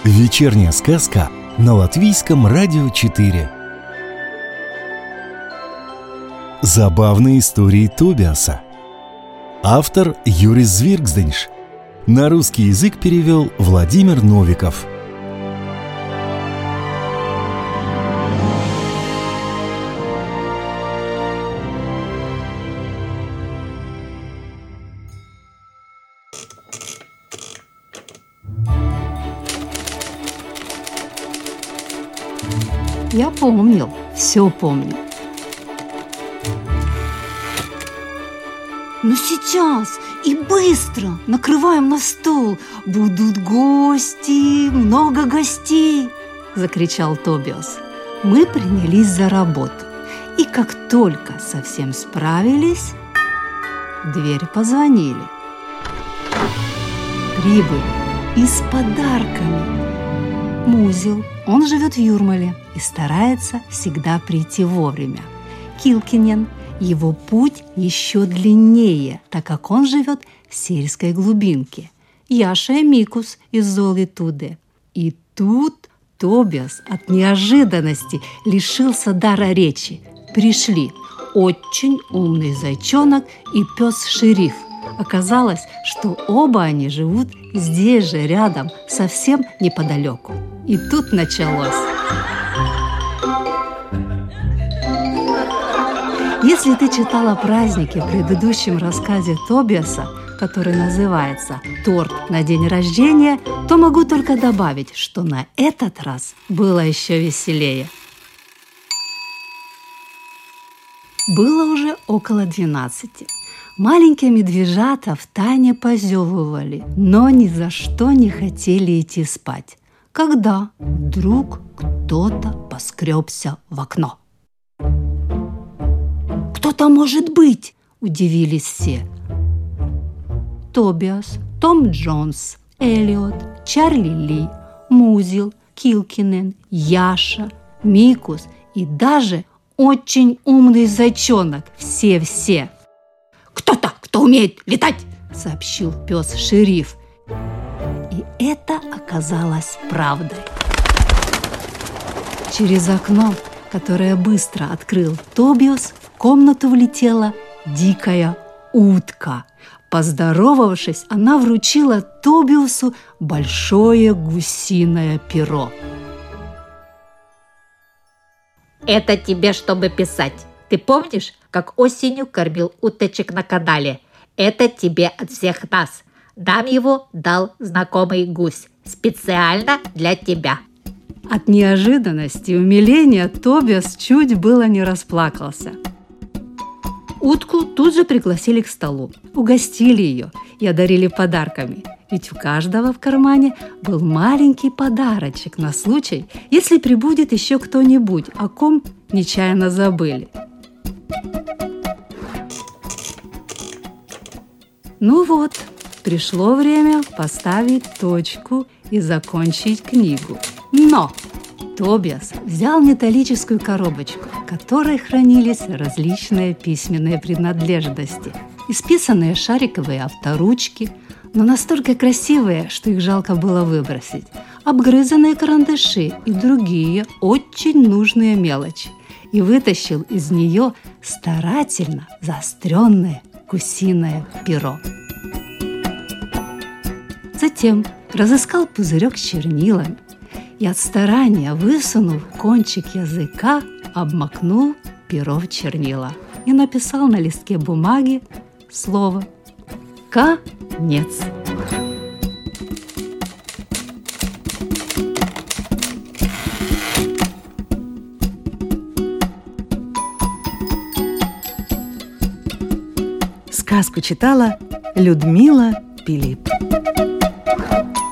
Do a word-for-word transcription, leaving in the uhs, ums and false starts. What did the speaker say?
Вечерняя сказка на Латвийском радио четыре. Забавные истории Тобиаса. Автор Юрис Звиргзденьш. На русский язык перевел Владимир Новиков. Я помнил, все помню. Но сейчас и быстро накрываем на стол. Будут гости, много гостей, закричал Тобиас. Мы принялись за работу. И как только совсем справились, в дверь позвонили. Прибыли и с подарками. Музил, он живет в Юрмале и старается всегда прийти вовремя. Килкинен, его путь еще длиннее, так как он живет в сельской глубинке. Яша и Микус из Золитуде. И тут Тобиас от неожиданности лишился дара речи. Пришли очень умный зайчонок и пес-шериф. Оказалось, что оба они живут здесь же, рядом, совсем неподалеку. И тут началось. Если ты читала праздники в предыдущем рассказе Тобиаса, который называется «Торт на день рождения», то могу только добавить, что на этот раз было еще веселее. Было уже около двенадцати. Маленькие медвежата втайне позевывали, но ни за что не хотели идти спать, когда вдруг кто-то поскребся в окно. «Кто там может быть?» – удивились все. Тобиас, Том Джонс, Эллиот, Чарли Ли, Музил, Килкинен, Яша, Микус и даже очень умный зайчонок. Все-все. «Кто-то, кто умеет летать!» – сообщил пес-шериф. И это оказалось правдой. Через окно, которое быстро открыл Тобиас, в комнату влетела дикая утка. Поздоровавшись, она вручила Тобиасу большое гусиное перо. «Это тебе, чтобы писать. Ты помнишь, как осенью кормил уточек на канале? Это тебе от всех нас. Нам его дал знакомый гусь. Специально для тебя». От неожиданности и умиления Тобиас чуть было не расплакался. Утку тут же пригласили к столу, угостили ее и одарили подарками. Ведь у каждого в кармане был маленький подарочек на случай, если прибудет еще кто-нибудь, о ком нечаянно забыли. Ну вот, пришло время поставить точку и закончить книгу. Но Тобиас взял металлическую коробочку, в которой хранились различные письменные принадлежности, исписанные шариковые авторучки, но настолько красивые, что их жалко было выбросить, обгрызанные карандаши и другие очень нужные мелочи, и вытащил из нее старательно заостренное гусиное перо. Затем разыскал пузырек с чернилами и от старания, высунув кончик языка, обмакнул перо в чернила и написал на листке бумаги слово «Конец». Сказку читала Людмила Пилип.